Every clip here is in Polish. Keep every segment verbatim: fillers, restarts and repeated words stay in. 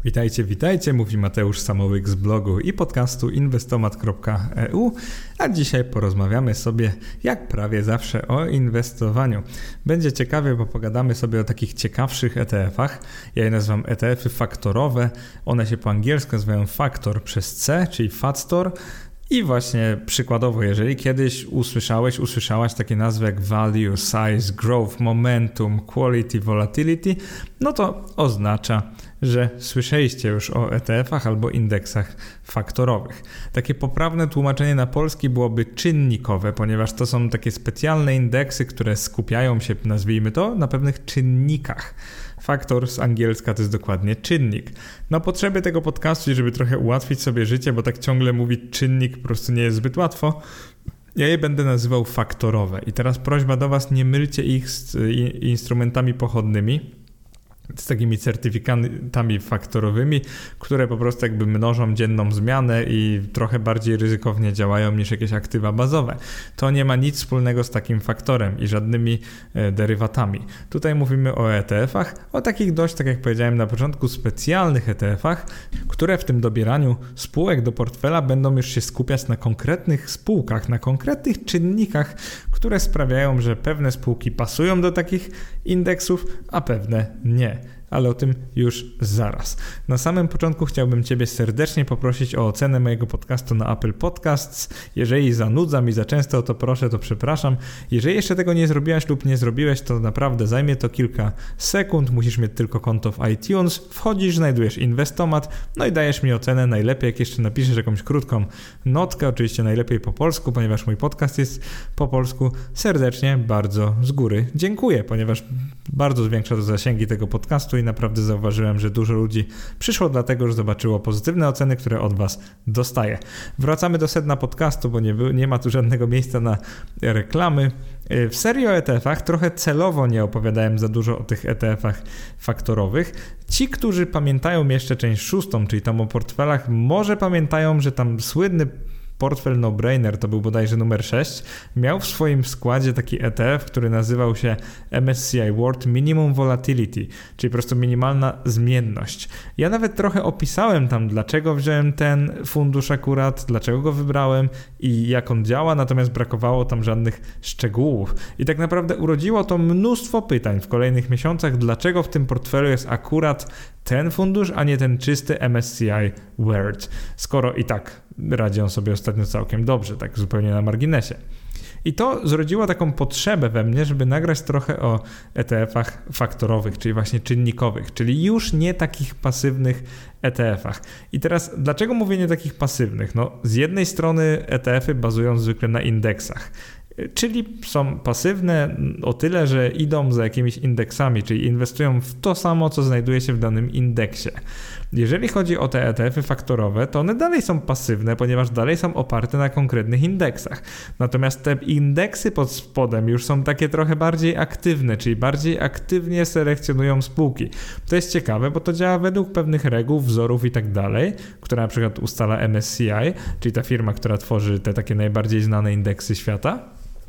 Witajcie, witajcie, mówi Mateusz Samołyk z blogu i podcastu inwestomat kropka e u, a dzisiaj porozmawiamy sobie jak prawie zawsze o inwestowaniu. Będzie ciekawie, bo pogadamy sobie o takich ciekawszych E T F-ach. Ja je nazywam E T F-y faktorowe, one się po angielsku nazywają faktor przez C, czyli Fatstor. I właśnie przykładowo, jeżeli kiedyś usłyszałeś, usłyszałaś takie nazwy jak value, size, growth, momentum, quality, volatility, no to oznacza, że słyszeliście już o E T F-ach albo indeksach faktorowych. Takie poprawne tłumaczenie na polski byłoby czynnikowe, ponieważ to są takie specjalne indeksy, które skupiają się, nazwijmy to, na pewnych czynnikach. Faktor z angielska to jest dokładnie czynnik. Na potrzeby tego podcastu, żeby trochę ułatwić sobie życie, bo tak ciągle mówić czynnik po prostu nie jest zbyt łatwo, ja je będę nazywał faktorowe. I teraz prośba do Was, nie mylcie ich z instrumentami pochodnymi, z takimi certyfikatami faktorowymi, które po prostu jakby mnożą dzienną zmianę i trochę bardziej ryzykownie działają niż jakieś aktywa bazowe. To nie ma nic wspólnego z takim faktorem i żadnymi e, derywatami. Tutaj mówimy o E T F-ach, o takich dość, tak jak powiedziałem na początku, specjalnych E T F-ach, które w tym dobieraniu spółek do portfela będą już się skupiać na konkretnych spółkach, na konkretnych czynnikach, które sprawiają, że pewne spółki pasują do takich indeksów, a pewne nie. Ale o tym już zaraz. Na samym początku chciałbym Ciebie serdecznie poprosić o ocenę mojego podcastu na Apple Podcasts. Jeżeli zanudzam i za często o to proszę, to przepraszam. Jeżeli jeszcze tego nie zrobiłaś lub nie zrobiłeś, to naprawdę zajmie to kilka sekund. Musisz mieć tylko konto w iTunes. Wchodzisz, znajdujesz Inwestomat, no i dajesz mi ocenę. Najlepiej jak jeszcze napiszesz jakąś krótką notkę, oczywiście najlepiej po polsku, ponieważ mój podcast jest po polsku. Serdecznie, bardzo z góry dziękuję, ponieważ bardzo zwiększa to zasięgi tego podcastu i naprawdę zauważyłem, że dużo ludzi przyszło dlatego, że zobaczyło pozytywne oceny, które od Was dostaję. Wracamy do sedna podcastu, bo nie, nie ma tu żadnego miejsca na reklamy. W serii o E T F-ach trochę celowo nie opowiadałem za dużo o tych E T F-ach faktorowych. Ci, którzy pamiętają jeszcze część szóstą, czyli tam o portfelach, może pamiętają, że tam słynny portfel no-brainer, to był bodajże numer sześć, miał w swoim składzie taki E T F, który nazywał się M S C I World Minimum Volatility, czyli po prostu minimalna zmienność. Ja nawet trochę opisałem tam, dlaczego wziąłem ten fundusz akurat, dlaczego go wybrałem i jak on działa, natomiast brakowało tam żadnych szczegółów. I tak naprawdę urodziło to mnóstwo pytań w kolejnych miesiącach, dlaczego w tym portfelu jest akurat ten fundusz, a nie ten czysty M S C I World, skoro i tak radzi on sobie ostatnio całkiem dobrze, tak zupełnie na marginesie. I to zrodziło taką potrzebę we mnie, żeby nagrać trochę o E T F-ach faktorowych, czyli właśnie czynnikowych, czyli już nie takich pasywnych E T F-ach. I teraz dlaczego mówię nie takich pasywnych? No z jednej strony E T F-y bazują zwykle na indeksach, czyli są pasywne o tyle, że idą za jakimiś indeksami, czyli inwestują w to samo, co znajduje się w danym indeksie. Jeżeli chodzi o te E T F-y faktorowe, to one dalej są pasywne, ponieważ dalej są oparte na konkretnych indeksach. Natomiast te indeksy pod spodem już są takie trochę bardziej aktywne, czyli bardziej aktywnie selekcjonują spółki. To jest ciekawe, bo to działa według pewnych reguł, wzorów i tak dalej, które na przykład ustala M S C I, czyli ta firma, która tworzy te takie najbardziej znane indeksy świata.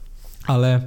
Ale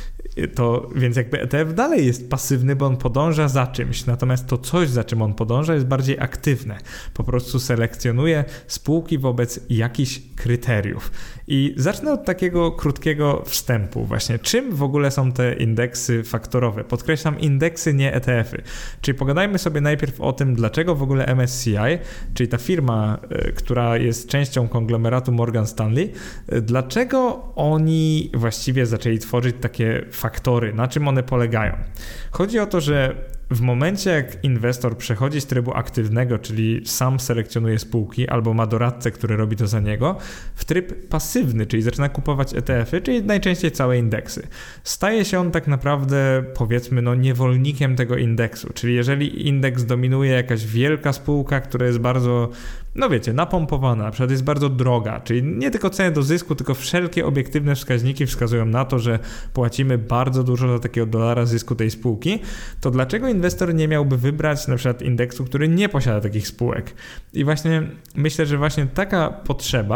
to, więc jakby E T F dalej jest pasywny, bo on podąża za czymś, natomiast to coś, za czym on podąża, jest bardziej aktywne. Po prostu selekcjonuje spółki wobec jakichś kryteriów. I zacznę od takiego krótkiego wstępu właśnie. Czym w ogóle są te indeksy faktorowe? Podkreślam, indeksy, nie E T F-y. Czyli pogadajmy sobie najpierw o tym, dlaczego w ogóle M S C I, czyli ta firma, która jest częścią konglomeratu Morgan Stanley, dlaczego oni właściwie zaczęli tworzyć takie faktory, na czym one polegają. Chodzi o to, że w momencie jak inwestor przechodzi z trybu aktywnego, czyli sam selekcjonuje spółki albo ma doradcę, który robi to za niego, w tryb pasywny, czyli zaczyna kupować E T F-y, czyli najczęściej całe indeksy. Staje się on tak naprawdę, powiedzmy, no niewolnikiem tego indeksu, czyli jeżeli indeks dominuje jakaś wielka spółka, która jest bardzo, no wiecie, napompowana, na przykład jest bardzo droga, czyli nie tylko cenę do zysku, tylko wszelkie obiektywne wskaźniki wskazują na to, że płacimy bardzo dużo za takiego dolara zysku tej spółki, to dlaczego inwestor nie miałby wybrać na przykład indeksu, który nie posiada takich spółek? I właśnie myślę, że właśnie taka potrzeba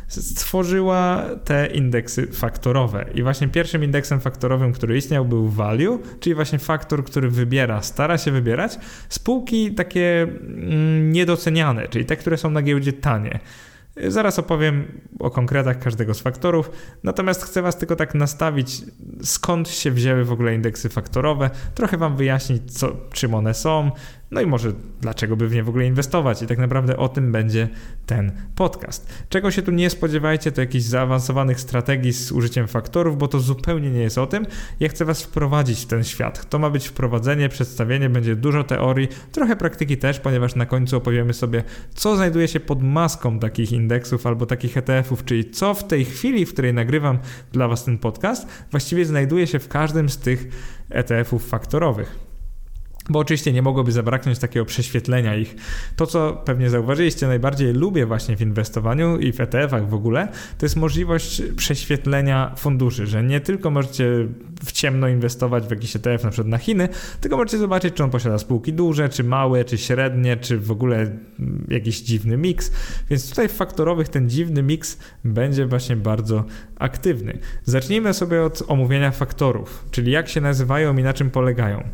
stworzyła te indeksy faktorowe. I właśnie pierwszym indeksem faktorowym, który istniał, był value, czyli właśnie faktor, który wybiera, stara się wybierać spółki takie mm, niedoceniane, czyli te, które są na giełdzie tanie. Zaraz opowiem o konkretach każdego z faktorów, natomiast chcę Was tylko tak nastawić, skąd się wzięły w ogóle indeksy faktorowe, trochę Wam wyjaśnić, co, czym one są, no i może dlaczego by w nie w ogóle inwestować i tak naprawdę o tym będzie ten podcast. Czego się tu nie spodziewajcie, to jakichś zaawansowanych strategii z użyciem faktorów, bo to zupełnie nie jest o tym. Ja chcę Was wprowadzić w ten świat. To ma być wprowadzenie, przedstawienie, będzie dużo teorii, trochę praktyki też, ponieważ na końcu opowiemy sobie, co znajduje się pod maską takich indeksów albo takich E T F-ów, czyli co w tej chwili, w której nagrywam dla Was ten podcast, właściwie znajduje się w każdym z tych E T F-ów faktorowych. Bo oczywiście nie mogłoby zabraknąć takiego prześwietlenia ich. To, co pewnie zauważyliście, najbardziej lubię właśnie w inwestowaniu i w E T F-ach w ogóle, to jest możliwość prześwietlenia funduszy, że nie tylko możecie w ciemno inwestować w jakiś E T F, na przykład na Chiny, tylko możecie zobaczyć, czy on posiada spółki duże, czy małe, czy średnie, czy w ogóle jakiś dziwny miks. Więc tutaj w faktorowych ten dziwny miks będzie właśnie bardzo aktywny. Zacznijmy sobie od omówienia faktorów, czyli jak się nazywają i na czym polegają.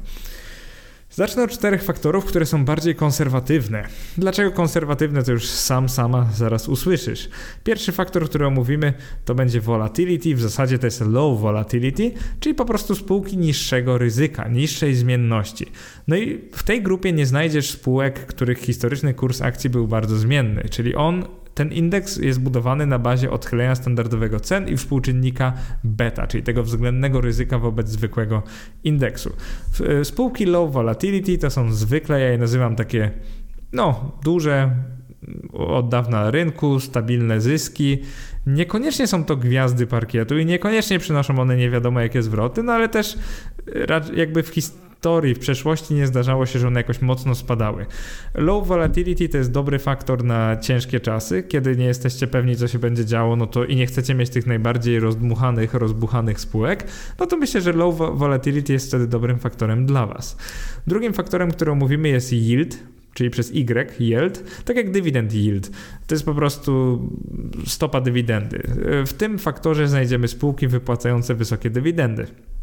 Zacznę od czterech faktorów, które są bardziej konserwatywne. Dlaczego konserwatywne, to już sam, sama zaraz usłyszysz. Pierwszy faktor, który omówimy, to będzie volatility, w zasadzie to jest low volatility, czyli po prostu spółki niższego ryzyka, niższej zmienności. No i w tej grupie nie znajdziesz spółek, których historyczny kurs akcji był bardzo zmienny, czyli on Ten indeks jest budowany na bazie odchylenia standardowego cen i współczynnika beta, czyli tego względnego ryzyka wobec zwykłego indeksu. Spółki low volatility to są zwykle, ja je nazywam takie no duże, od dawna na rynku, stabilne zyski. Niekoniecznie są to gwiazdy parkietu i niekoniecznie przynoszą one nie wiadomo jakie zwroty, no ale też jakby w historii w przeszłości nie zdarzało się, że one jakoś mocno spadały. Low volatility to jest dobry faktor na ciężkie czasy, kiedy nie jesteście pewni, co się będzie działo, no to i nie chcecie mieć tych najbardziej rozdmuchanych, rozbuchanych spółek, no to myślę, że low volatility jest wtedy dobrym faktorem dla Was. Drugim faktorem, który omówimy, jest yield, czyli przez Y, yield, tak jak dywidend yield. To jest po prostu stopa dywidendy. W tym faktorze znajdziemy spółki wypłacające wysokie dywidendy.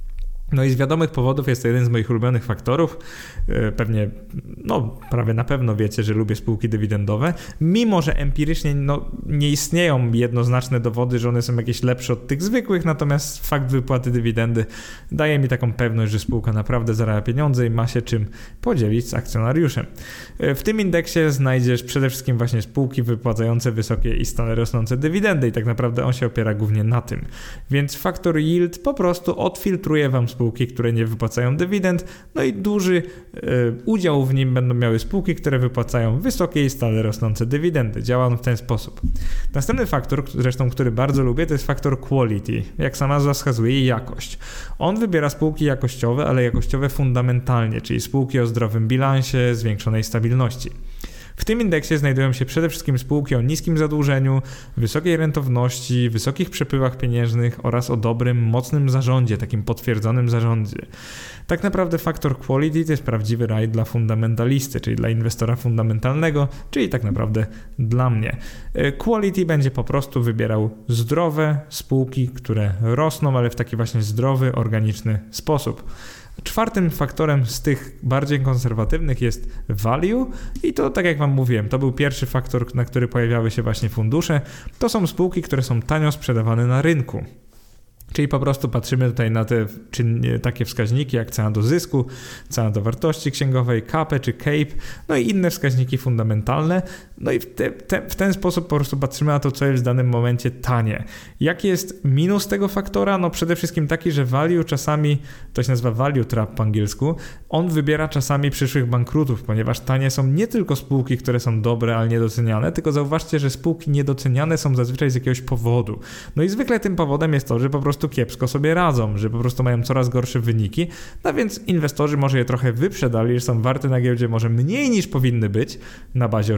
No i z wiadomych powodów jest to jeden z moich ulubionych faktorów. Pewnie, no prawie na pewno wiecie, że lubię spółki dywidendowe, mimo że empirycznie no, nie istnieją jednoznaczne dowody, że one są jakieś lepsze od tych zwykłych, natomiast fakt wypłaty dywidendy daje mi taką pewność, że spółka naprawdę zarabia pieniądze i ma się czym podzielić z akcjonariuszem. W tym indeksie znajdziesz przede wszystkim właśnie spółki wypłacające wysokie i stale rosnące dywidendy i tak naprawdę on się opiera głównie na tym. Więc faktor yield po prostu odfiltruje Wam spółki, które nie wypłacają dywidend, no i duży y, udział w nim będą miały spółki, które wypłacają wysokie i stale rosnące dywidendy. Działa on w ten sposób. Następny faktor, zresztą który bardzo lubię, to jest faktor quality. Jak sama nazwa wskazuje, jakość. On wybiera spółki jakościowe, ale jakościowe fundamentalnie, czyli spółki o zdrowym bilansie, zwiększonej stabilności. W tym indeksie znajdują się przede wszystkim spółki o niskim zadłużeniu, wysokiej rentowności, wysokich przepływach pieniężnych oraz o dobrym, mocnym zarządzie, takim potwierdzonym zarządzie. Tak naprawdę faktor quality to jest prawdziwy raj dla fundamentalisty, czyli dla inwestora fundamentalnego, czyli tak naprawdę dla mnie. Quality będzie po prostu wybierał zdrowe spółki, które rosną, ale w taki właśnie zdrowy, organiczny sposób. Czwartym faktorem z tych bardziej konserwatywnych jest value i to, tak jak Wam mówiłem, to był pierwszy faktor, na który pojawiały się właśnie fundusze. To są spółki, które są tanio sprzedawane na rynku. Czyli po prostu patrzymy tutaj na te czynnie, takie wskaźniki jak cena do zysku, cena do wartości księgowej, K P czy C A P, no i inne wskaźniki fundamentalne. No i w, te, te, w ten sposób po prostu patrzymy na to, co jest w danym momencie tanie. Jaki jest minus tego faktora? No przede wszystkim taki, że value czasami, to się nazywa value trap po angielsku, on wybiera czasami przyszłych bankrutów, ponieważ tanie są nie tylko spółki, które są dobre, ale niedoceniane, tylko zauważcie, że spółki niedoceniane są zazwyczaj z jakiegoś powodu. No i zwykle tym powodem jest to, że po prostu kiepsko sobie radzą, że po prostu mają coraz gorsze wyniki, no więc inwestorzy może je trochę wyprzedali, że są warte na giełdzie może mniej niż powinny być, na bazie oczywiście wskaźników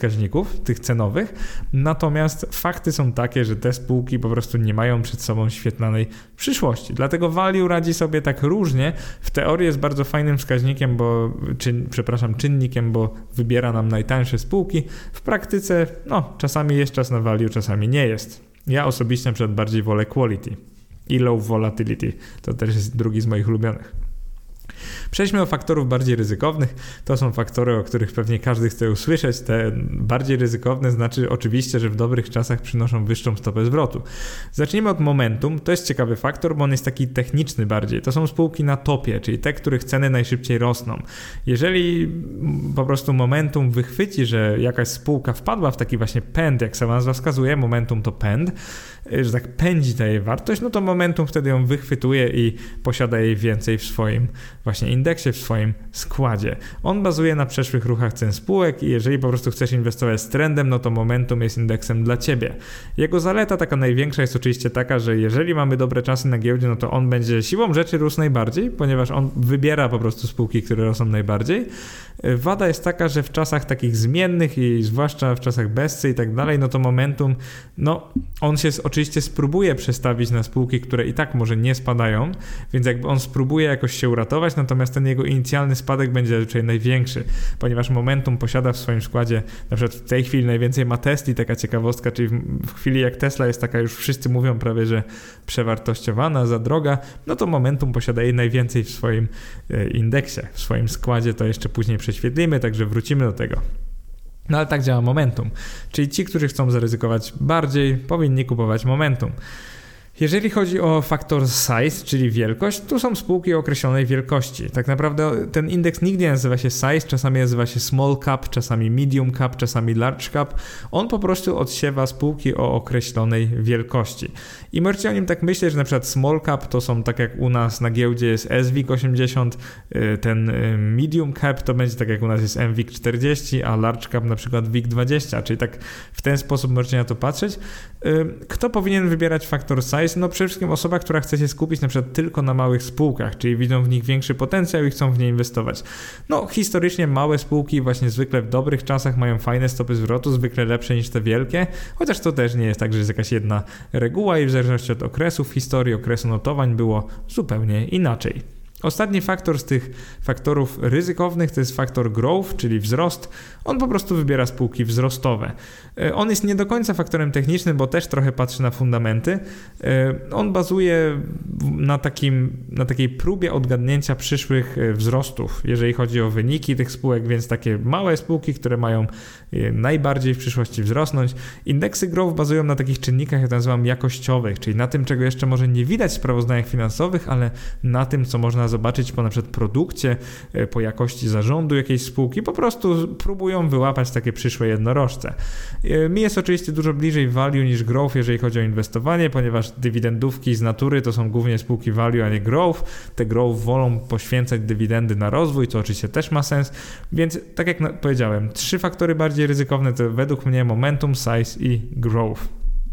wskaźników, tych cenowych, natomiast fakty są takie, że te spółki po prostu nie mają przed sobą świetlanej przyszłości. Dlatego value radzi sobie tak różnie. W teorii jest bardzo fajnym wskaźnikiem, bo, czy, przepraszam, czynnikiem, bo wybiera nam najtańsze spółki. W praktyce, no, czasami jest czas na value, czasami nie jest. Ja osobiście na przykład bardziej wolę quality i low volatility. To też jest drugi z moich ulubionych. Przejdźmy do faktorów bardziej ryzykownych. To są faktory, o których pewnie każdy chce usłyszeć. Te bardziej ryzykowne znaczy oczywiście, że w dobrych czasach przynoszą wyższą stopę zwrotu. Zacznijmy od momentum. To jest ciekawy faktor, bo on jest taki techniczny bardziej. To są spółki na topie, czyli te, których ceny najszybciej rosną. Jeżeli po prostu momentum wychwyci, że jakaś spółka wpadła w taki właśnie pęd, jak sama nazwa wskazuje, momentum to pęd, że tak pędzi ta jej wartość, no to momentum wtedy ją wychwytuje i posiada jej więcej w swoim właśnie indeksie, w swoim składzie. On bazuje na przeszłych ruchach cen spółek i jeżeli po prostu chcesz inwestować z trendem, no to momentum jest indeksem dla ciebie. Jego zaleta taka największa jest oczywiście taka, że jeżeli mamy dobre czasy na giełdzie, no to on będzie siłą rzeczy rósł najbardziej, ponieważ on wybiera po prostu spółki, które rosną najbardziej. Wada jest taka, że w czasach takich zmiennych i zwłaszcza w czasach bezcy i tak dalej, no to momentum, no on się oczywiście spróbuje przestawić na spółki, które i tak może nie spadają, więc jakby on spróbuje jakoś się uratować, natomiast ten jego inicjalny spadek będzie raczej największy, ponieważ momentum posiada w swoim składzie, na przykład w tej chwili najwięcej ma Tesli, taka ciekawostka, czyli w chwili jak Tesla jest taka, już wszyscy mówią prawie, że przewartościowana, za droga, no to momentum posiada jej najwięcej w swoim indeksie, w swoim składzie, to jeszcze później prześwietlimy, także wrócimy do tego. No ale tak działa momentum, czyli ci, którzy chcą zaryzykować bardziej, powinni kupować momentum. Jeżeli chodzi o faktor size, czyli wielkość, tu są spółki o określonej wielkości. Tak naprawdę ten indeks nigdy nie nazywa się size, czasami nazywa się small cap, czasami medium cap, czasami large cap. On po prostu odsiewa spółki o określonej wielkości. I możecie o nim tak myśleć, że na przykład small cap to są tak jak u nas na giełdzie jest S W I C osiemdziesiąt, ten medium cap to będzie tak jak u nas jest M W I C czterdzieści, a large cap na przykład W I C dwadzieścia, czyli tak w ten sposób możecie na to patrzeć. Kto powinien wybierać faktor size? No przede wszystkim osoba, która chce się skupić na przykład tylko na małych spółkach, czyli widzą w nich większy potencjał i chcą w nie inwestować. No historycznie małe spółki właśnie zwykle w dobrych czasach mają fajne stopy zwrotu, zwykle lepsze niż te wielkie, chociaż to też nie jest tak, że jest jakaś jedna reguła i w zależności od okresu w historii, okresu notowań było zupełnie inaczej. Ostatni faktor z tych faktorów ryzykownych to jest faktor growth, czyli wzrost. On po prostu wybiera spółki wzrostowe. On jest nie do końca faktorem technicznym, bo też trochę patrzy na fundamenty. On bazuje na, takim, na takiej próbie odgadnięcia przyszłych wzrostów, jeżeli chodzi o wyniki tych spółek, więc takie małe spółki, które mają najbardziej w przyszłości wzrosnąć. Indeksy growth bazują na takich czynnikach, jak nazywam, jakościowych, czyli na tym, czego jeszcze może nie widać w sprawozdaniach finansowych, ale na tym, co można zobaczyć po na przykład produkcie, po jakości zarządu jakiejś spółki, po prostu próbują wyłapać takie przyszłe jednorożce. Mi jest oczywiście dużo bliżej value niż growth, jeżeli chodzi o inwestowanie, ponieważ dywidendówki z natury to są głównie spółki value, a nie growth. Te growth wolą poświęcać dywidendy na rozwój, co oczywiście też ma sens, więc tak jak powiedziałem, trzy faktory bardziej ryzykowne to według mnie momentum, size i growth.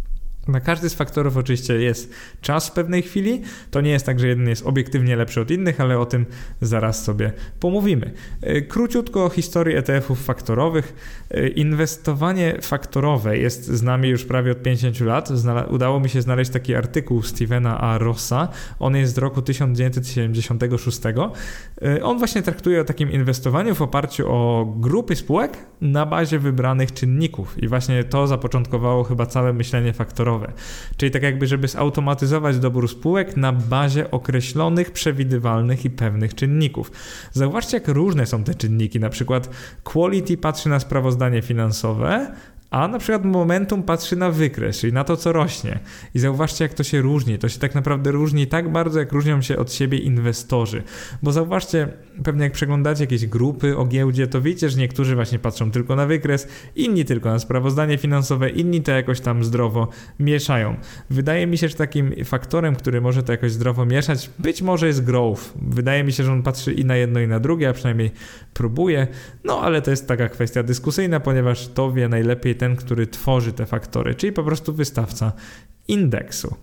Na każdy z faktorów oczywiście jest czas w pewnej chwili. To nie jest tak, że jeden jest obiektywnie lepszy od innych, ale o tym zaraz sobie pomówimy. Króciutko o historii E T F-ów faktorowych. Inwestowanie faktorowe jest z nami już prawie od pięćdziesięciu lat. Znala- udało mi się znaleźć taki artykuł Stevena A. Rossa. On jest z roku tysiąc dziewięćset siedemdziesiątego szóstego. On właśnie traktuje o takim inwestowaniu w oparciu o grupy spółek na bazie wybranych czynników. I właśnie to zapoczątkowało chyba całe myślenie faktorowe. Czyli tak jakby, żeby zautomatyzować dobór spółek na bazie określonych, przewidywalnych i pewnych czynników. Zauważcie, jak różne są te czynniki. Na przykład quality patrzy na sprawozdanie finansowe, a na przykład momentum patrzy na wykres, czyli na to, co rośnie. I zauważcie, jak to się różni. To się tak naprawdę różni tak bardzo, jak różnią się od siebie inwestorzy. Bo zauważcie, pewnie jak przeglądacie jakieś grupy o giełdzie, to wiecie, że niektórzy właśnie patrzą tylko na wykres, inni tylko na sprawozdanie finansowe, inni to jakoś tam zdrowo mieszają. Wydaje mi się, że takim faktorem, który może to jakoś zdrowo mieszać, być może jest growth. Wydaje mi się, że on patrzy i na jedno, i na drugie, a przynajmniej próbuje. No, ale to jest taka kwestia dyskusyjna, ponieważ to wie najlepiej ten, który tworzy te faktory, czyli po prostu wystawca indeksu.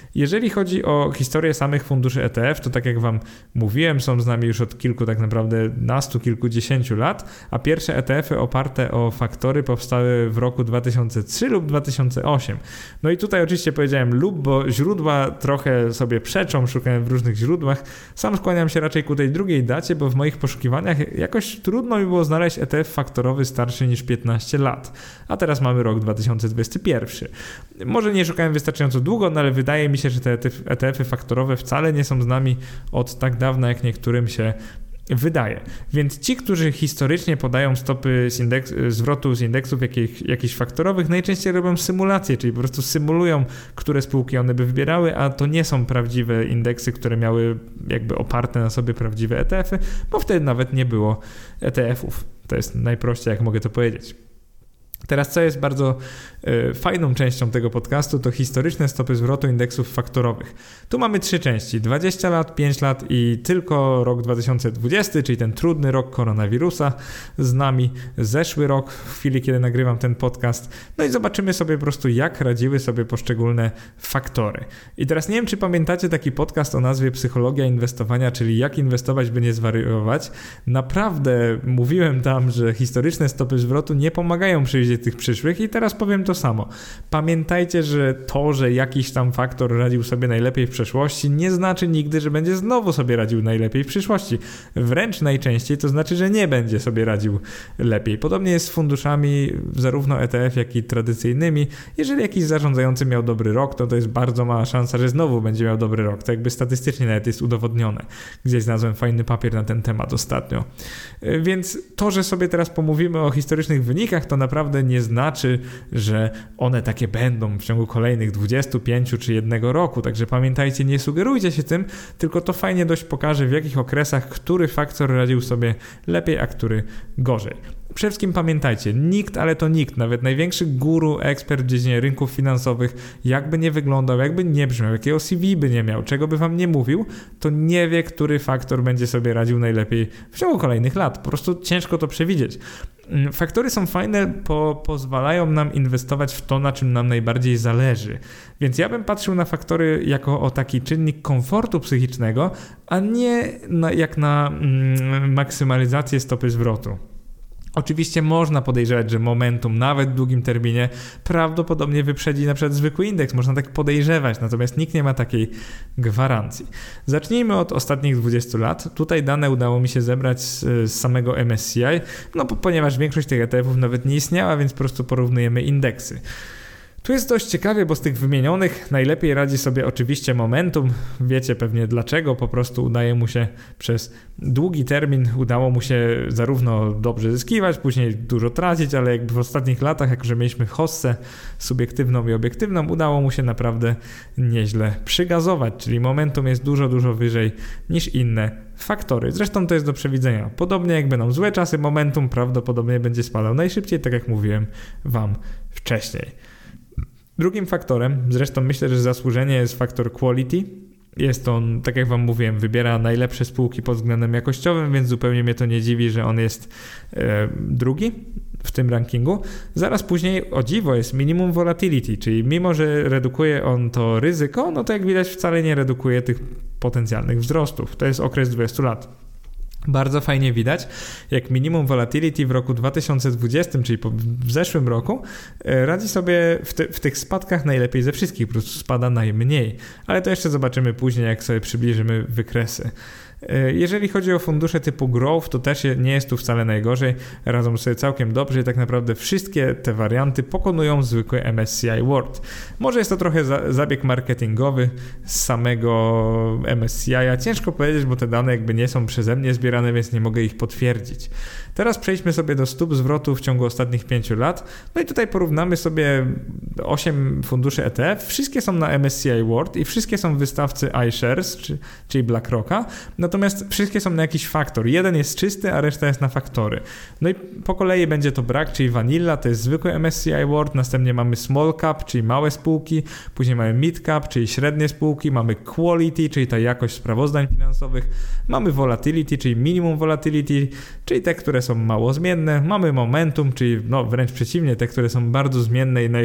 Jeżeli chodzi o historię samych funduszy E T F, to tak jak Wam mówiłem, są z nami już od kilku, tak naprawdę nastu, kilkudziesięciu lat, a pierwsze E T F-y oparte o faktory powstały w roku dwa tysiące trzecim lub dwa tysiące ósmym. No i tutaj oczywiście powiedziałem lub, bo źródła trochę sobie przeczą, szukałem w różnych źródłach. Sam skłaniam się raczej ku tej drugiej dacie, bo w moich poszukiwaniach jakoś trudno mi było znaleźć E T F faktorowy starszy niż piętnaście lat. A teraz mamy rok dwa tysiące dwudziesty pierwszy. Może nie szukałem wystarczająco długo, no ale wydaje mi się, że te E T F-y faktorowe wcale nie są z nami od tak dawna, jak niektórym się wydaje. Więc ci, którzy historycznie podają stopy z indeks, zwrotu z indeksów jakich, jakichś faktorowych, najczęściej robią symulacje, czyli po prostu symulują, które spółki one by wybierały, a to nie są prawdziwe indeksy, które miały jakby oparte na sobie prawdziwe E T F-y, bo wtedy nawet nie było E T F-ów. To jest najprościej, jak mogę to powiedzieć. Teraz, co jest bardzo y, fajną częścią tego podcastu, to historyczne stopy zwrotu indeksów faktorowych. Tu mamy trzy części, dwadzieścia lat, pięć lat i tylko rok dwa tysiące dwudziesty, czyli ten trudny rok koronawirusa z nami, zeszły rok, w chwili, kiedy nagrywam ten podcast. No i zobaczymy sobie po prostu, jak radziły sobie poszczególne faktory. I teraz nie wiem, czy pamiętacie taki podcast o nazwie Psychologia inwestowania, czyli jak inwestować, by nie zwariować. Naprawdę mówiłem tam, że historyczne stopy zwrotu nie pomagają przyjść tych przyszłych i teraz powiem to samo. Pamiętajcie, że to, że jakiś tam faktor radził sobie najlepiej w przeszłości, nie znaczy nigdy, że będzie znowu sobie radził najlepiej w przyszłości. Wręcz najczęściej to znaczy, że nie będzie sobie radził lepiej. Podobnie jest z funduszami zarówno E T F, jak i tradycyjnymi. Jeżeli jakiś zarządzający miał dobry rok, to to jest bardzo mała szansa, że znowu będzie miał dobry rok. To jakby statystycznie nawet jest udowodnione. Gdzieś znalazłem fajny papier na ten temat ostatnio. Więc to, że sobie teraz pomówimy o historycznych wynikach, to naprawdę nie znaczy, że one takie będą w ciągu kolejnych dwudziestu pięciu czy jednego roku. Także pamiętajcie, nie sugerujcie się tym, tylko to fajnie dość pokaże, w jakich okresach który faktor radził sobie lepiej, a który gorzej. Przede wszystkim pamiętajcie, nikt, ale to nikt, nawet największy guru, ekspert w dziedzinie rynków finansowych, jakby nie wyglądał, jakby nie brzmiał, jakiego C V by nie miał, czego by wam nie mówił, to nie wie, który faktor będzie sobie radził najlepiej w ciągu kolejnych lat. Po prostu ciężko to przewidzieć. Faktory są fajne, bo pozwalają nam inwestować w to, na czym nam najbardziej zależy. Więc ja bym patrzył na faktory jako o taki czynnik komfortu psychicznego, a nie na, jak na mm, maksymalizację stopy zwrotu. Oczywiście można podejrzewać, że momentum nawet w długim terminie prawdopodobnie wyprzedzi na przykład zwykły indeks, można tak podejrzewać, natomiast nikt nie ma takiej gwarancji. Zacznijmy od ostatnich dwudziestu lat. Tutaj dane udało mi się zebrać z, z samego M S C I, no ponieważ większość tych E T F-ów nawet nie istniała, więc po prostu porównujemy indeksy. Tu jest dość ciekawie, bo z tych wymienionych najlepiej radzi sobie oczywiście Momentum. Wiecie pewnie dlaczego, po prostu udaje mu się przez długi termin, udało mu się zarówno dobrze zyskiwać, później dużo tracić, ale jakby w ostatnich latach, jak że mieliśmy hossę subiektywną i obiektywną, udało mu się naprawdę nieźle przygazować, czyli Momentum jest dużo, dużo wyżej niż inne faktory. Zresztą to jest do przewidzenia. Podobnie jak będą złe czasy, Momentum prawdopodobnie będzie spadał najszybciej, tak jak mówiłem wam wcześniej. Drugim faktorem, zresztą myślę, że zasłużenie jest faktor quality. Jest on, tak jak wam mówiłem, wybiera najlepsze spółki pod względem jakościowym, więc zupełnie mnie to nie dziwi, że on jest e, drugi w tym rankingu. Zaraz później, o dziwo, jest minimum volatility, czyli mimo, że redukuje on to ryzyko, no to jak widać wcale nie redukuje tych potencjalnych wzrostów. To jest okres dwudziestu lat. Bardzo fajnie widać, jak minimum volatility w roku dwa tysiące dwudziestym, czyli w zeszłym roku, radzi sobie w, ty, w tych spadkach najlepiej ze wszystkich, po prostu spada najmniej. Ale to jeszcze zobaczymy później, jak sobie przybliżymy wykresy. Jeżeli chodzi o fundusze typu growth, to też nie jest tu wcale najgorzej, radzą sobie całkiem dobrze i tak naprawdę wszystkie te warianty pokonują zwykły M S C I World. Może jest to trochę za, zabieg marketingowy z samego M S C I, a ciężko powiedzieć, bo te dane jakby nie są przeze mnie zbierane, więc nie mogę ich potwierdzić. Teraz przejdźmy sobie do stóp zwrotu w ciągu ostatnich pięciu lat. No i tutaj porównamy sobie osiem funduszy E T F. Wszystkie są na M S C I World i wszystkie są w wystawcy iShares, czy, czyli BlackRocka. Natomiast wszystkie są na jakiś faktor. Jeden jest czysty, a reszta jest na faktory. No i po kolei będzie to brak, czyli Vanilla, to jest zwykły M S C I World. Następnie mamy Small Cap, czyli małe spółki. Później mamy Mid Cap, czyli średnie spółki. Mamy Quality, czyli ta jakość sprawozdań finansowych. Mamy Volatility, czyli minimum volatility, czyli te, które są mało zmienne. Mamy Momentum, czyli no wręcz przeciwnie, te, które są bardzo zmienne i najchętniej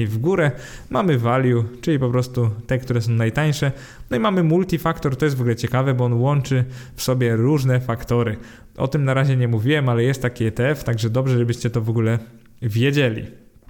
w górę mamy value, czyli po prostu te, które są najtańsze. No i mamy multifaktor, to jest w ogóle ciekawe, bo on łączy w sobie różne faktory. O tym na razie nie mówiłem, ale jest taki E T F, także dobrze, żebyście to w ogóle wiedzieli.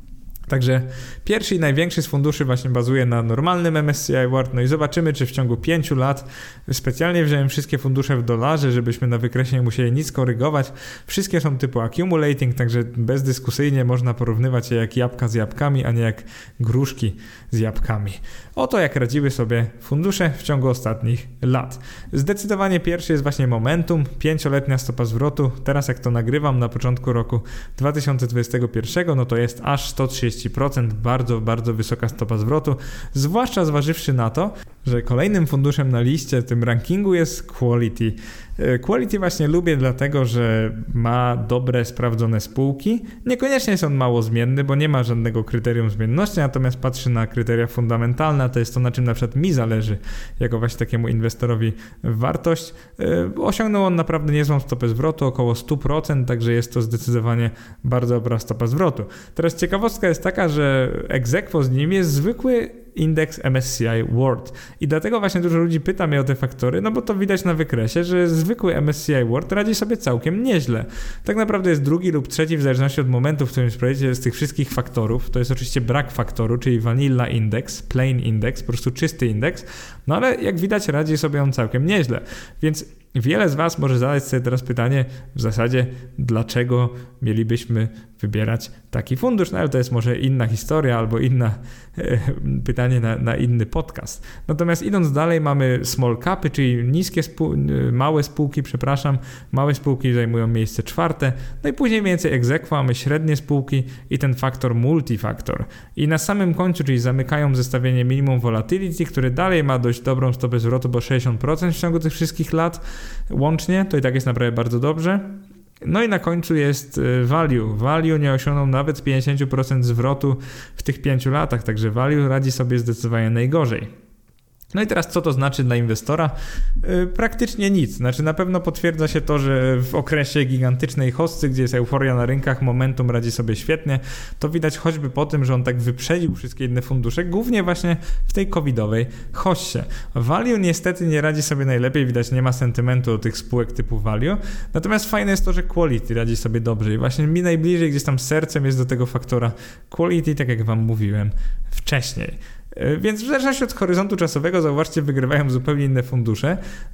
Także pierwszy i największy z funduszy właśnie bazuje na normalnym M S C I World, no i zobaczymy, czy w ciągu pięciu lat, specjalnie wziąłem wszystkie fundusze w dolarze, żebyśmy na wykresie nie musieli nic korygować. Wszystkie są typu accumulating, także bezdyskusyjnie można porównywać je jak jabłka z jabłkami, a nie jak gruszki z jabłkami. Oto jak radziły sobie fundusze w ciągu ostatnich lat. Zdecydowanie pierwszy jest właśnie Momentum, pięcioletnia stopa zwrotu. Teraz jak to nagrywam na początku roku dwa tysiące dwudziestego pierwszego, no to jest aż sto trzydzieści procent, bardzo, bardzo wysoka stopa zwrotu, zwłaszcza zważywszy na to, że kolejnym funduszem na liście tym rankingu jest Quality. Quality właśnie lubię dlatego, że ma dobre, sprawdzone spółki. Niekoniecznie jest on mało zmienny, bo nie ma żadnego kryterium zmienności, natomiast patrzy na kryteria fundamentalne, a to jest to, na czym na przykład mi zależy, jako właśnie takiemu inwestorowi wartość. Osiągnął on naprawdę niezłą stopę zwrotu, około sto procent, także jest to zdecydowanie bardzo dobra stopa zwrotu. Teraz ciekawostka jest taka, że ex aequo z nim jest zwykły indeks M S C I World. I dlatego właśnie dużo ludzi pyta mnie o te faktory, no bo to widać na wykresie, że zwykły M S C I World radzi sobie całkiem nieźle. Tak naprawdę jest drugi lub trzeci w zależności od momentu, w którym sprawdzicie z tych wszystkich faktorów. To jest oczywiście brak faktoru, czyli vanilla index, plain index, po prostu czysty indeks, no ale jak widać radzi sobie on całkiem nieźle. Więc wiele z Was może zadać sobie teraz pytanie w zasadzie, dlaczego mielibyśmy wybierać taki fundusz, no ale to jest może inna historia albo inne e, pytanie na, na inny podcast. Natomiast idąc dalej mamy small capy, czyli niskie spół, małe spółki, przepraszam, małe spółki zajmują miejsce czwarte, no i później więcej ex aequo mamy średnie spółki i ten faktor multifaktor. I na samym końcu, czyli zamykają zestawienie minimum volatility, który dalej ma dość dobrą stopę zwrotu, bo sześćdziesiąt procent w ciągu tych wszystkich lat łącznie, to i tak jest naprawdę bardzo dobrze. No i na końcu jest value. Value nie osiągnął nawet pięćdziesiąt procent zwrotu w tych pięciu latach, także value radzi sobie zdecydowanie najgorzej. No i teraz co to znaczy dla inwestora? Yy, praktycznie nic. Znaczy na pewno potwierdza się to, że w okresie gigantycznej hossy, gdzie jest euforia na rynkach, Momentum radzi sobie świetnie. To widać choćby po tym, że on tak wyprzedził wszystkie inne fundusze, głównie właśnie w tej covidowej hossie. Value niestety nie radzi sobie najlepiej, widać nie ma sentymentu do tych spółek typu value. Natomiast fajne jest to, że Quality radzi sobie dobrze i właśnie mi najbliżej gdzieś tam sercem jest do tego faktora Quality, tak jak wam mówiłem wcześniej. Więc w zależności od horyzontu czasowego, zauważcie, wygrywają zupełnie inne fundusze,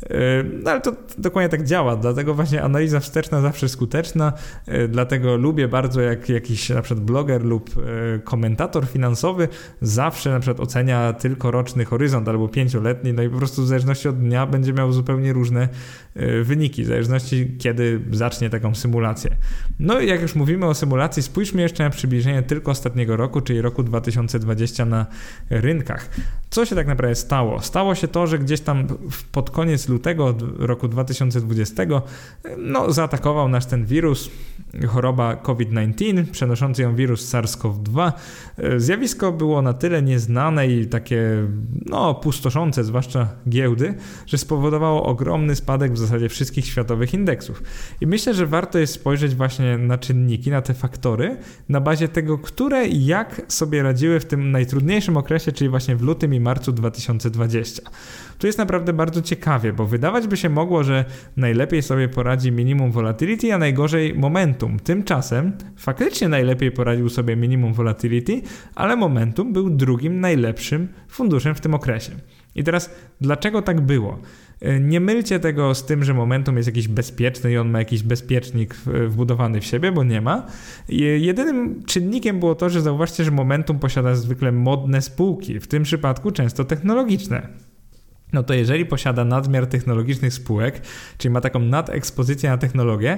no ale to dokładnie tak działa, dlatego właśnie analiza wsteczna zawsze skuteczna, dlatego lubię bardzo, jak jakiś na przykład bloger lub komentator finansowy zawsze na przykład ocenia tylko roczny horyzont albo pięcioletni, no i po prostu w zależności od dnia będzie miał zupełnie różne wyniki, w zależności kiedy zacznie taką symulację. No i jak już mówimy o symulacji, spójrzmy jeszcze na przybliżenie tylko ostatniego roku, czyli roku dwa tysiące dwudziestego na rynkach. Co się tak naprawdę stało? Stało się to, że gdzieś tam pod koniec lutego roku dwa tysiące dwudziestego no, zaatakował nas ten wirus, choroba COVID dziewiętnaście, przenoszący ją wirus SARS-CoV dwa. Zjawisko było na tyle nieznane i takie no, pustoszące, zwłaszcza giełdy, że spowodowało ogromny spadek w zasadzie wszystkich światowych indeksów. I myślę, że warto jest spojrzeć właśnie na czynniki, na te faktory, na bazie tego, które i jak sobie radziły w tym najtrudniejszym okresie, czyli właśnie w lutym i marcu dwa tysiące dwudziestego. Tu jest naprawdę bardzo ciekawie, bo wydawać by się mogło, że najlepiej sobie poradzi minimum volatility, a najgorzej Momentum. Tymczasem faktycznie najlepiej poradził sobie minimum volatility, ale Momentum był drugim najlepszym funduszem w tym okresie. I teraz dlaczego tak było? Nie mylcie tego z tym, że Momentum jest jakiś bezpieczny i on ma jakiś bezpiecznik wbudowany w siebie, bo nie ma. Jedynym czynnikiem było to, że zauważcie, że Momentum posiada zwykle modne spółki, w tym przypadku często technologiczne. No to jeżeli posiada nadmiar technologicznych spółek, czyli ma taką nadekspozycję na technologię,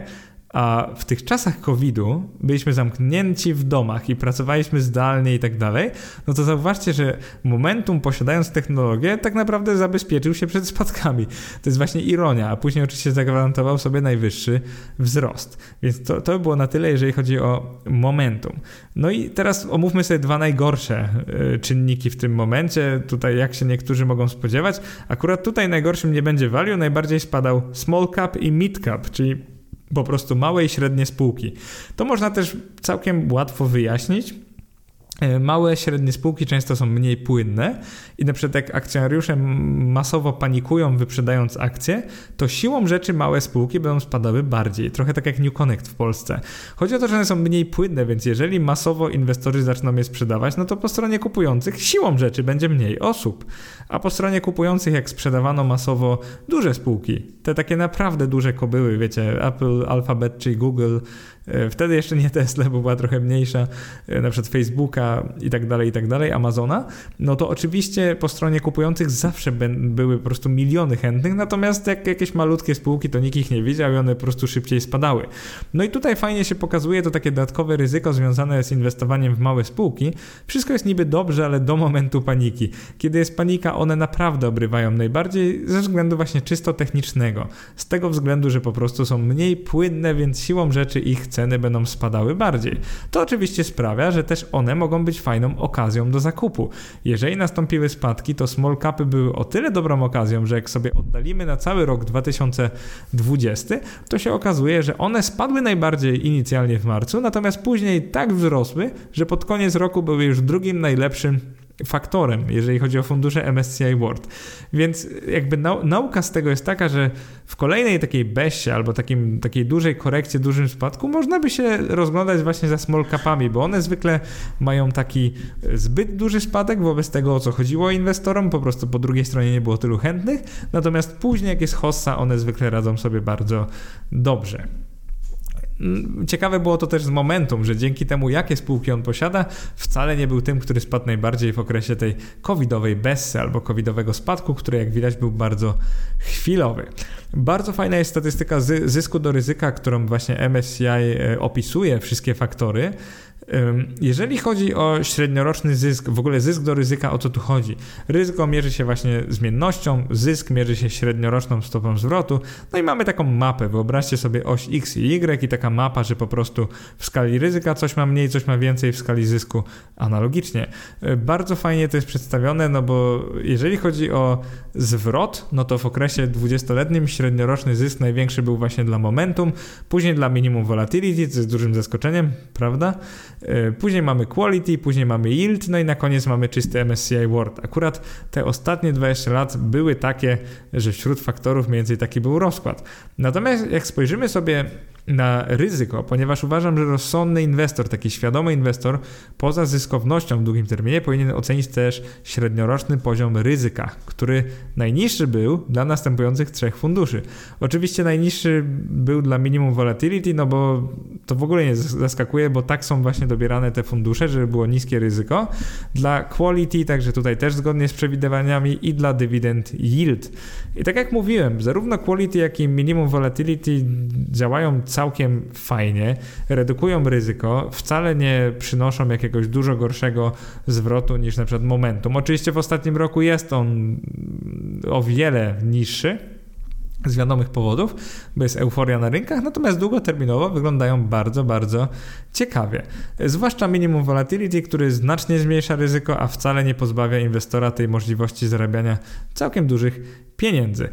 a w tych czasach kowida byliśmy zamknięci w domach i pracowaliśmy zdalnie i tak dalej, no to zauważcie, że Momentum, posiadając technologię, tak naprawdę zabezpieczył się przed spadkami. To jest właśnie ironia, a później oczywiście zagwarantował sobie najwyższy wzrost. Więc to, to było na tyle, jeżeli chodzi o Momentum. No i teraz omówmy sobie dwa najgorsze y, czynniki w tym momencie. Tutaj jak się niektórzy mogą spodziewać. Akurat tutaj najgorszym nie będzie value, najbardziej spadał small cap i mid cap, czyli po prostu małe i średnie spółki. To można też całkiem łatwo wyjaśnić. Małe, średnie spółki często są mniej płynne i na przykład jak akcjonariusze masowo panikują wyprzedając akcje, to siłą rzeczy małe spółki będą spadały bardziej. Trochę tak jak New Connect w Polsce. Chodzi o to, że one są mniej płynne, więc jeżeli masowo inwestorzy zaczną je sprzedawać, no to po stronie kupujących siłą rzeczy będzie mniej osób. A po stronie kupujących, jak sprzedawano masowo duże spółki, te takie naprawdę duże kobyły, wiecie, Apple, Alphabet czy Google, wtedy jeszcze nie Tesla, bo była trochę mniejsza, na przykład Facebooka i tak dalej, i tak dalej, Amazona, no to oczywiście po stronie kupujących zawsze były po prostu miliony chętnych, natomiast jak jakieś malutkie spółki, to nikt ich nie widział i one po prostu szybciej spadały. No i tutaj fajnie się pokazuje to takie dodatkowe ryzyko związane z inwestowaniem w małe spółki. Wszystko jest niby dobrze, ale do momentu paniki. Kiedy jest panika, one naprawdę obrywają najbardziej ze względu właśnie czysto technicznego. Z tego względu, że po prostu są mniej płynne, więc siłą rzeczy ich ceny będą spadały bardziej. To oczywiście sprawia, że też one mogą być fajną okazją do zakupu. Jeżeli nastąpiły spadki, to small capy były o tyle dobrą okazją, że jak sobie oddalimy na cały rok dwa tysiące dwudziesty, to się okazuje, że one spadły najbardziej inicjalnie w marcu, natomiast później tak wzrosły, że pod koniec roku były już drugim najlepszym faktorem, jeżeli chodzi o fundusze M S C I World. Więc jakby nau- nauka z tego jest taka, że w kolejnej takiej beście albo takim, takiej dużej korekcie, dużym spadku można by się rozglądać właśnie za small capami, bo one zwykle mają taki zbyt duży spadek wobec tego, o co chodziło inwestorom, po prostu po drugiej stronie nie było tylu chętnych, natomiast później jak jest hossa, one zwykle radzą sobie bardzo dobrze. Ciekawe było to też z Momentum, że dzięki temu, jakie spółki on posiada, wcale nie był tym, który spadł najbardziej w okresie tej covidowej bessy albo covidowego spadku, który jak widać był bardzo chwilowy. Bardzo fajna jest statystyka zysku do ryzyka, którą właśnie M S C I opisuje wszystkie faktory. Jeżeli chodzi o średnioroczny zysk, w ogóle zysk do ryzyka, o co tu chodzi? Ryzyko mierzy się właśnie zmiennością, zysk mierzy się średnioroczną stopą zwrotu, no i mamy taką mapę, wyobraźcie sobie oś X i Y i taka mapa, że po prostu w skali ryzyka coś ma mniej, coś ma więcej, w skali zysku analogicznie. Bardzo fajnie to jest przedstawione, no bo jeżeli chodzi o zwrot, no to w okresie dwudziestoletnim średnioroczny zysk największy był właśnie dla Momentum, później dla minimum volatility, co jest dużym zaskoczeniem, prawda? Później mamy quality, później mamy yield, no i na koniec mamy czysty M S C I World. Akurat te ostatnie dwadzieścia lat były takie, że wśród faktorów mniej więcej taki był rozkład. Natomiast jak spojrzymy sobie na ryzyko, ponieważ uważam, że rozsądny inwestor, taki świadomy inwestor, poza zyskownością w długim terminie powinien ocenić też średnioroczny poziom ryzyka, który najniższy był dla następujących trzech funduszy. Oczywiście najniższy był dla minimum volatility, no bo to w ogóle nie zaskakuje, bo tak są właśnie dobierane te fundusze, żeby było niskie ryzyko. Dla quality, także tutaj też zgodnie z przewidywaniami, i dla dividend yield. I tak jak mówiłem, zarówno quality, jak i minimum volatility działają całkiem fajnie, redukują ryzyko, wcale nie przynoszą jakiegoś dużo gorszego zwrotu niż na przykład Momentum. Oczywiście w ostatnim roku jest on o wiele niższy z wiadomych powodów, bo jest euforia na rynkach, natomiast długoterminowo wyglądają bardzo, bardzo ciekawie. Zwłaszcza minimum volatility, który znacznie zmniejsza ryzyko, a wcale nie pozbawia inwestora tej możliwości zarabiania całkiem dużych pieniędzy.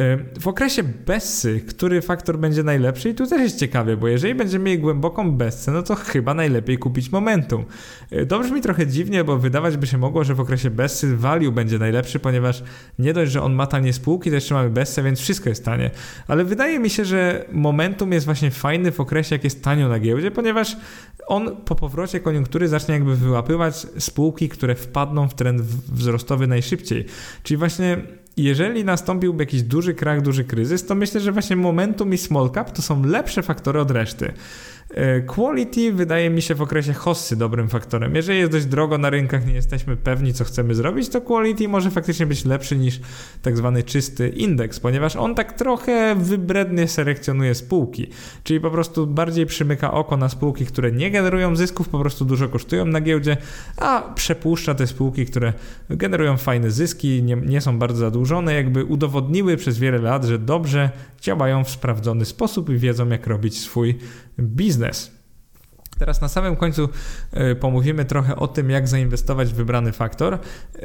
W okresie bessy, który faktor będzie najlepszy? I tu też jest ciekawie, bo jeżeli będziemy mieli głęboką bessę, no to chyba najlepiej kupić Momentum. To brzmi trochę dziwnie, bo wydawać by się mogło, że w okresie bessy value będzie najlepszy, ponieważ nie dość, że on ma tanie spółki, to jeszcze mamy bessę, więc wszystko jest tanie. Ale wydaje mi się, że Momentum jest właśnie fajny w okresie, jak jest tanio na giełdzie, ponieważ on po powrocie koniunktury zacznie jakby wyłapywać spółki, które wpadną w trend wzrostowy najszybciej. Czyli właśnie jeżeli nastąpiłby jakiś duży krach, duży kryzys, to myślę, że właśnie Momentum i small cap to są lepsze faktory od reszty. Quality wydaje mi się w okresie hossy dobrym faktorem. Jeżeli jest dość drogo na rynkach, nie jesteśmy pewni, co chcemy zrobić, to quality może faktycznie być lepszy niż tak zwany czysty indeks, ponieważ on tak trochę wybrednie selekcjonuje spółki, czyli po prostu bardziej przymyka oko na spółki, które nie generują zysków, po prostu dużo kosztują na giełdzie, a przepuszcza te spółki, które generują fajne zyski, nie, nie są bardzo zadłużone, jakby udowodniły przez wiele lat, że dobrze działają w sprawdzony sposób i wiedzą, jak robić swój biznes. Teraz na samym końcu y, pomówimy trochę o tym, jak zainwestować w wybrany faktor. Y,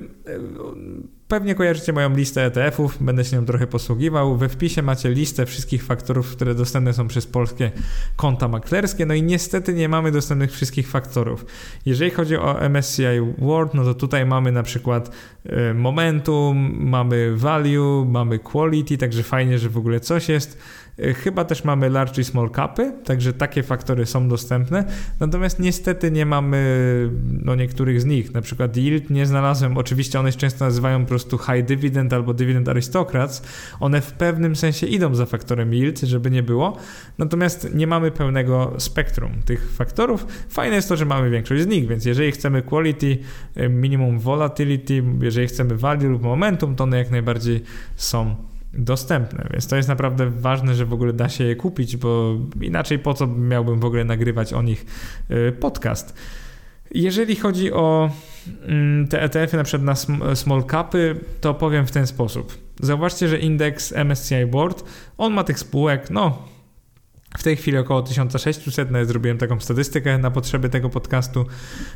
y, Pewnie kojarzycie moją listę E T F-ów, będę się nią trochę posługiwał. We wpisie macie listę wszystkich faktorów, które dostępne są przez polskie konta maklerskie, no i niestety nie mamy dostępnych wszystkich faktorów. Jeżeli chodzi o M S C I World, no to tutaj mamy na przykład y, momentum, mamy value, mamy quality, także fajnie, że w ogóle coś jest. Chyba też mamy large i small capy, także takie faktory są dostępne, natomiast niestety nie mamy no, niektórych z nich, na przykład yield nie znalazłem, oczywiście one się często nazywają po prostu high dividend albo dividend aristocrats, one w pewnym sensie idą za faktorem yield, żeby nie było, natomiast nie mamy pełnego spektrum tych faktorów. Fajne jest to, że mamy większość z nich, więc jeżeli chcemy quality, minimum volatility, jeżeli chcemy value lub momentum, to one jak najbardziej są dostępne, więc to jest naprawdę ważne, że w ogóle da się je kupić, bo inaczej po co miałbym w ogóle nagrywać o nich podcast. Jeżeli chodzi o te E T F-y na przykład na small capy, to powiem w ten sposób. Zauważcie, że indeks M S C I World, on ma tych spółek, no w tej chwili około tysiąc sześćset, no ja zrobiłem taką statystykę na potrzeby tego podcastu.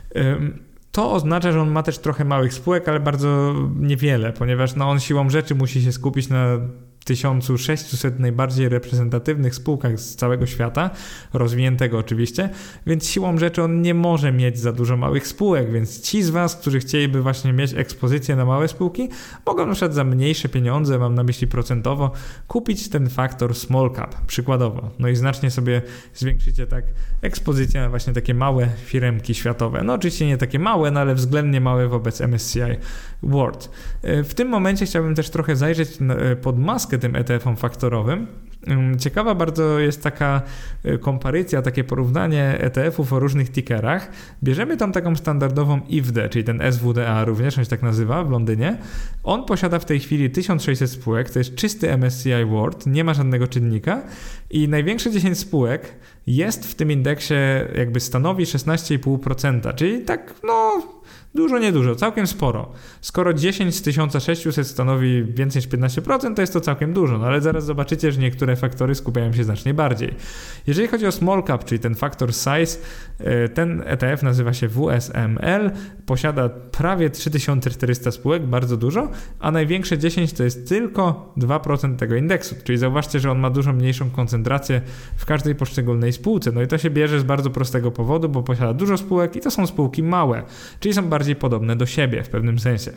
To oznacza, że on ma też trochę małych spółek, ale bardzo niewiele, ponieważ no, on siłą rzeczy musi się skupić na tysiąc sześćset najbardziej reprezentatywnych spółkach z całego świata, rozwiniętego oczywiście, więc siłą rzeczy on nie może mieć za dużo małych spółek, więc ci z Was, którzy chcieliby właśnie mieć ekspozycję na małe spółki, mogą na przykład za mniejsze pieniądze, mam na myśli procentowo, kupić ten faktor small cap, przykładowo. No i znacznie sobie zwiększycie tak ekspozycję na właśnie takie małe firemki światowe. No oczywiście nie takie małe, no ale względnie małe wobec M S C I World. W tym momencie chciałbym też trochę zajrzeć pod maskę tym E T F-om faktorowym. Ciekawa bardzo jest taka komparycja, takie porównanie E T F-ów o różnych tickerach. Bierzemy tam taką standardową I F D, czyli ten S W D A również, on się tak nazywa w Londynie. On posiada w tej chwili tysiąc sześćset spółek, to jest czysty M S C I World, nie ma żadnego czynnika i największe dziesięć spółek jest w tym indeksie, jakby stanowi szesnaście i pół procent, czyli tak no dużo, niedużo, całkiem sporo. Skoro dziesięć z tysiąc sześćset stanowi więcej niż piętnaście procent, to jest to całkiem dużo, no ale zaraz zobaczycie, że niektóre faktory skupiają się znacznie bardziej. Jeżeli chodzi o small cap, czyli ten faktor size, ten E T F nazywa się W S M L, posiada prawie trzy tysiące czterysta spółek, bardzo dużo, a największe dziesięć to jest tylko dwa procent tego indeksu, czyli zauważcie, że on ma dużo mniejszą koncentrację w każdej poszczególnej spółce. No i to się bierze z bardzo prostego powodu, bo posiada dużo spółek i to są spółki małe, czyli są bardziej podobne do siebie w pewnym sensie.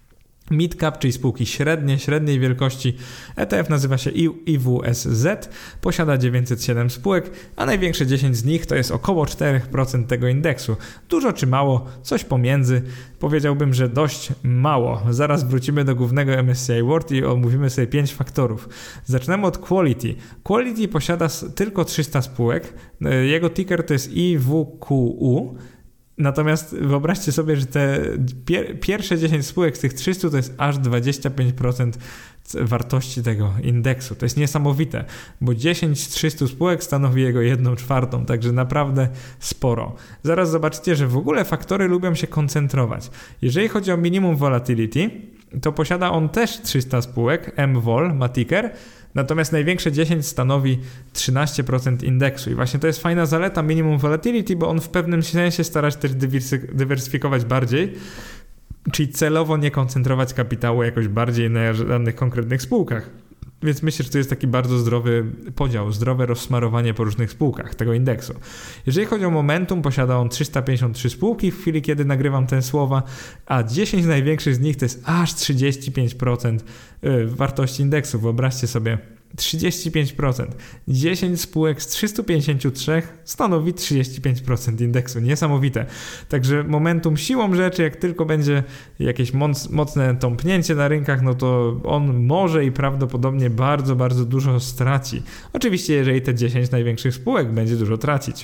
Midcap, czyli spółki średnie, średniej wielkości, E T F nazywa się I W S Z, posiada dziewięćset siedem spółek, a największe dziesięć z nich to jest około cztery procent tego indeksu. Dużo czy mało? Coś pomiędzy. Powiedziałbym, że dość mało. Zaraz wrócimy do głównego M S C I World i omówimy sobie pięć faktorów. Zaczynamy od Quality. Quality posiada tylko trzysta spółek. Jego ticker to jest I W Q U. Natomiast wyobraźcie sobie, że te pier- pierwsze dziesięć spółek z tych trzystu to jest aż dwadzieścia pięć procent wartości tego indeksu. To jest niesamowite, bo dziesięć z trzystu spółek stanowi jego jedną czwartą, także naprawdę sporo. Zaraz zobaczycie, że w ogóle faktory lubią się koncentrować. Jeżeli chodzi o minimum volatility, to posiada on też trzysta spółek, M V O L ma ticker, natomiast największe dziesięć stanowi trzynaście procent indeksu i właśnie to jest fajna zaleta minimum volatility, bo on w pewnym sensie stara się też dywersyfikować bardziej, czyli celowo nie koncentrować kapitału jakoś bardziej na żadnych konkretnych spółkach. Więc myślę, że to jest taki bardzo zdrowy podział, zdrowe rozsmarowanie po różnych spółkach tego indeksu. Jeżeli chodzi o momentum, posiada on trzysta pięćdziesiąt trzy spółki w chwili, kiedy nagrywam te słowa, a dziesięć największych z nich to jest aż trzydzieści pięć procent wartości indeksu. Wyobraźcie sobie, trzydzieści pięć procent. dziesięć spółek z trzystu pięćdziesięciu trzech stanowi trzydzieści pięć procent indeksu. Niesamowite. Także momentum siłą rzeczy, jak tylko będzie jakieś moc, mocne tąpnięcie na rynkach, no to on może i prawdopodobnie bardzo, bardzo dużo straci. Oczywiście, jeżeli te dziesięć największych spółek będzie dużo tracić.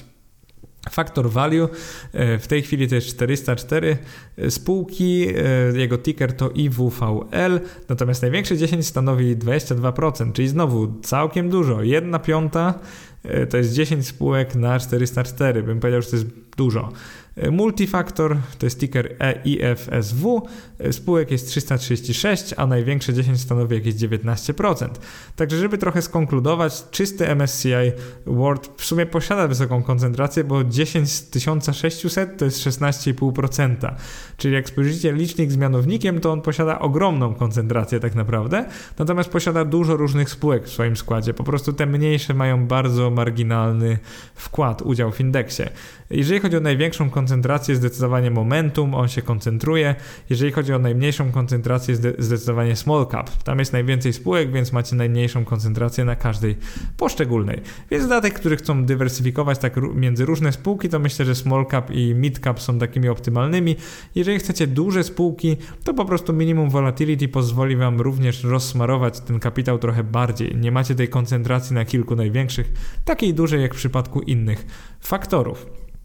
Faktor value w tej chwili to jest czterysta cztery spółki, jego ticker to I W V L, natomiast największe dziesięć stanowi dwadzieścia dwa procent, czyli znowu całkiem dużo, jedna piąta to jest dziesięć spółek na czterysta cztery, bym powiedział, że to jest Dużo. Multifaktor to jest ticker E I F S W, spółek jest trzysta trzydzieści sześć, a największe dziesięć stanowi jakieś dziewiętnaście procent. Także żeby trochę skonkludować, czysty M S C I World w sumie posiada wysoką koncentrację, bo dziesięć z tysiąca sześciuset to jest szesnaście przecinek pięć procent. Czyli jak spojrzycie licznik z mianownikiem, to on posiada ogromną koncentrację tak naprawdę, natomiast posiada dużo różnych spółek w swoim składzie. Po prostu te mniejsze mają bardzo marginalny wkład, udział w indeksie. Jeżeli chodzi o największą koncentrację, zdecydowanie Momentum, on się koncentruje. Jeżeli chodzi o najmniejszą koncentrację, zdecydowanie Small Cap. Tam jest najwięcej spółek, więc macie najmniejszą koncentrację na każdej poszczególnej. Więc dla tych, którzy chcą dywersyfikować tak między różne spółki, to myślę, że Small Cap i Mid Cap są takimi optymalnymi. Jeżeli chcecie duże spółki, to po prostu minimum volatility pozwoli wam również rozsmarować ten kapitał trochę bardziej. Nie macie tej koncentracji na kilku największych, takiej dużej jak w przypadku innych faktorów.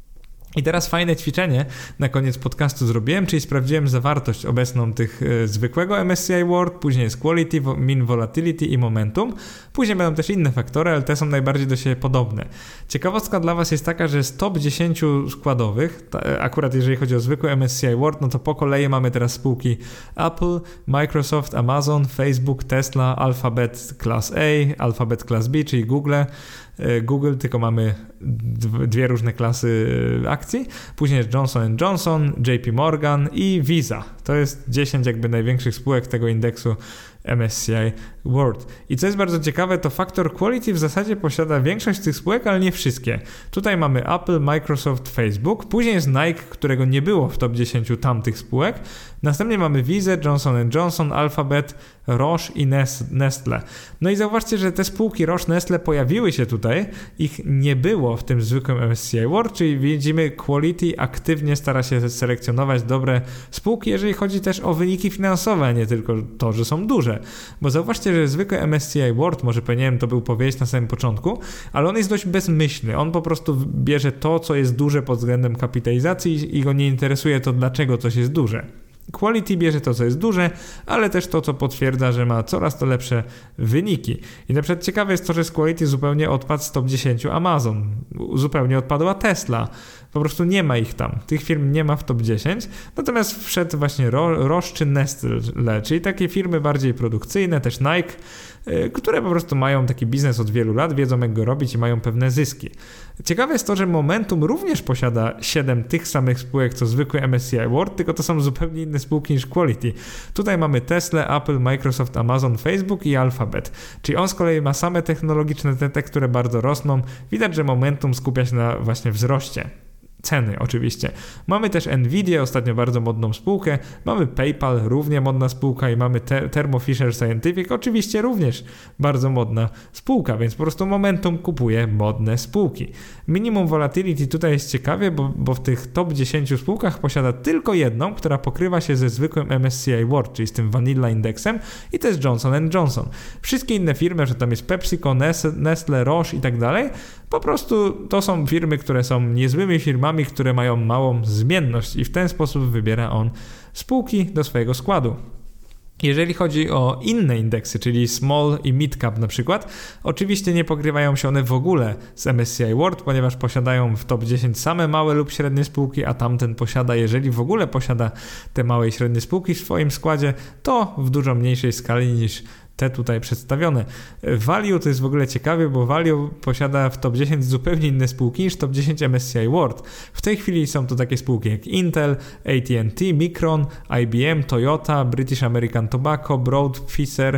I teraz fajne ćwiczenie na koniec podcastu zrobiłem, czyli sprawdziłem zawartość obecną tych y, zwykłego M S C I World, później jest Quality, Mean Volatility i Momentum. Później będą też inne faktory, ale te są najbardziej do siebie podobne. Ciekawostka dla was jest taka, że z top dziesięć składowych, ta, akurat jeżeli chodzi o zwykły M S C I World, no to po kolei mamy teraz spółki Apple, Microsoft, Amazon, Facebook, Tesla, Alphabet Class A, Alphabet Class B, czyli Google, Google, tylko mamy dwie różne klasy akcji. Później jest Johnson and Johnson, J P Morgan i Visa. To jest dziesięć jakby największych spółek tego indeksu M S C I World. I co jest bardzo ciekawe, to faktor quality w zasadzie posiada większość z tych spółek, ale nie wszystkie. Tutaj mamy Apple, Microsoft, Facebook, później jest Nike, którego nie było w top dziesięć tamtych spółek. Następnie mamy Visa, Johnson and Johnson, Alphabet, Roche i Nestle. No i zauważcie, że te spółki Roche, Nestle pojawiły się tutaj, ich nie było w tym zwykłym M S C I World, czyli widzimy quality aktywnie stara się selekcjonować dobre spółki, jeżeli chodzi też o wyniki finansowe, a nie tylko to, że są duże. Bo zauważcie, że zwykły M S C I World, może powinienem to był powiedzieć na samym początku, ale on jest dość bezmyślny. On po prostu bierze to, co jest duże pod względem kapitalizacji i go nie interesuje to, dlaczego coś jest duże. Quality bierze to, co jest duże, ale też to, co potwierdza, że ma coraz to lepsze wyniki. I na przykład ciekawe jest to, że z Quality zupełnie odpadł z top dziesięć Amazon, zupełnie odpadła Tesla. Po prostu nie ma ich tam. Tych firm nie ma w top dziesięć. Natomiast wszedł właśnie Roche czy Nestle, czyli takie firmy bardziej produkcyjne, też Nike, które po prostu mają taki biznes od wielu lat, wiedzą jak go robić i mają pewne zyski. Ciekawe jest to, że Momentum również posiada siedem tych samych spółek co zwykły M S C I World, tylko to są zupełnie inne spółki niż Quality. Tutaj mamy Tesla, Apple, Microsoft, Amazon, Facebook i Alphabet. Czyli on z kolei ma same technologiczne, te, te które bardzo rosną. Widać, że Momentum skupia się na właśnie wzroście. Ceny oczywiście. Mamy też Nvidia, ostatnio bardzo modną spółkę, mamy PayPal, równie modna spółka i mamy te- Thermo Fisher Scientific, oczywiście również bardzo modna spółka, więc po prostu Momentum kupuje modne spółki. Minimum volatility tutaj jest ciekawie, bo, bo w tych top dziesięć spółkach posiada tylko jedną, która pokrywa się ze zwykłym M S C I World, czyli z tym Vanilla Indexem i to jest Johnson and Johnson. Wszystkie inne firmy, że tam jest PepsiCo, Nestle, Roche i tak dalej, po prostu to są firmy, które są niezłymi firmami, które mają małą zmienność i w ten sposób wybiera on spółki do swojego składu. Jeżeli chodzi o inne indeksy, czyli small i mid cap na przykład, oczywiście nie pokrywają się one w ogóle z M S C I World, ponieważ posiadają w top dziesięć same małe lub średnie spółki, a tamten posiada, jeżeli w ogóle posiada te małe i średnie spółki w swoim składzie, to w dużo mniejszej skali niż te tutaj przedstawione. Value to jest w ogóle ciekawe, bo Value posiada w top dziesięć zupełnie inne spółki niż top dziesięć M S C I World. W tej chwili są to takie spółki jak Intel, A T and T, Micron, I B M, Toyota, British American Tobacco, Broad, Pfizer,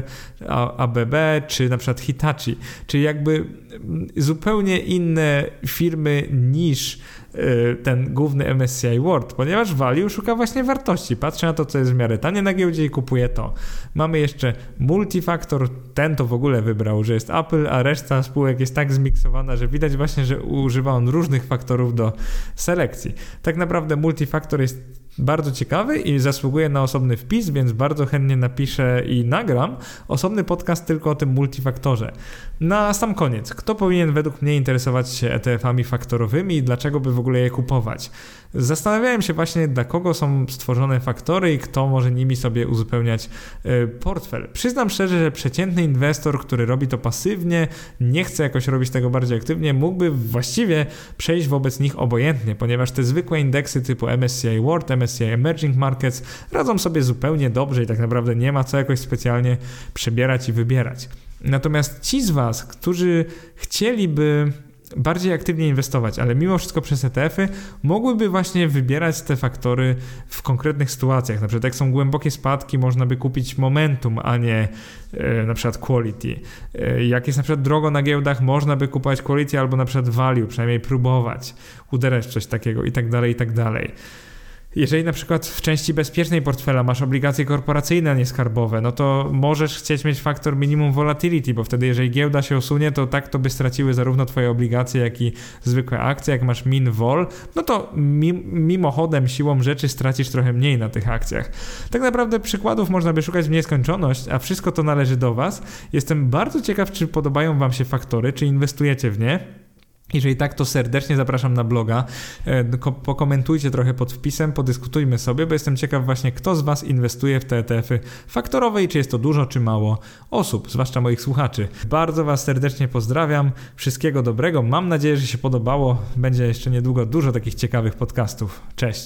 A B B czy na przykład Hitachi. Czyli jakby zupełnie inne firmy niż ten główny M S C I World, ponieważ value szuka właśnie wartości. Patrzy na to, co jest w miarę tanie na giełdzie i kupuje to. Mamy jeszcze multifaktor, ten to w ogóle wybrał, że jest Apple, a reszta spółek jest tak zmiksowana, że widać właśnie, że używa on różnych faktorów do selekcji. Tak naprawdę multifaktor jest bardzo ciekawy i zasługuje na osobny wpis, więc bardzo chętnie napiszę i nagram osobny podcast tylko o tym multifaktorze. Na sam koniec, kto powinien według mnie interesować się E T F-ami faktorowymi i dlaczego by w ogóle je kupować? Zastanawiałem się właśnie, dla kogo są stworzone faktory i kto może nimi sobie uzupełniać y, portfel. Przyznam szczerze, że przeciętny inwestor, który robi to pasywnie, nie chce jakoś robić tego bardziej aktywnie, mógłby właściwie przejść wobec nich obojętnie, ponieważ te zwykłe indeksy typu M S C I World, M S C I Emerging Markets radzą sobie zupełnie dobrze i tak naprawdę nie ma co jakoś specjalnie przebierać i wybierać. Natomiast ci z Was, którzy chcieliby bardziej aktywnie inwestować, ale mimo wszystko przez E T F-y mogłyby właśnie wybierać te faktory w konkretnych sytuacjach. Na przykład jak są głębokie spadki, można by kupić momentum, a nie e, na przykład quality. E, jak jest na przykład drogo na giełdach, można by kupować quality albo na przykład value, przynajmniej próbować uderzać w coś takiego i tak dalej, i tak dalej. Jeżeli na przykład w części bezpiecznej portfela masz obligacje korporacyjne, a nie skarbowe, no to możesz chcieć mieć faktor minimum volatility, bo wtedy jeżeli giełda się usunie, to tak to by straciły zarówno twoje obligacje, jak i zwykłe akcje. Jak masz min vol, no to mimochodem, siłą rzeczy stracisz trochę mniej na tych akcjach. Tak naprawdę przykładów można by szukać w nieskończoność, a wszystko to należy do Was. Jestem bardzo ciekaw, czy podobają Wam się faktory, czy inwestujecie w nie. Jeżeli tak, to serdecznie zapraszam na bloga, pokomentujcie trochę pod wpisem, podyskutujmy sobie, bo jestem ciekaw właśnie, kto z Was inwestuje w te E T F-y faktorowe i czy jest to dużo, czy mało osób, zwłaszcza moich słuchaczy. Bardzo Was serdecznie pozdrawiam, wszystkiego dobrego, mam nadzieję, że się podobało, będzie jeszcze niedługo dużo takich ciekawych podcastów. Cześć!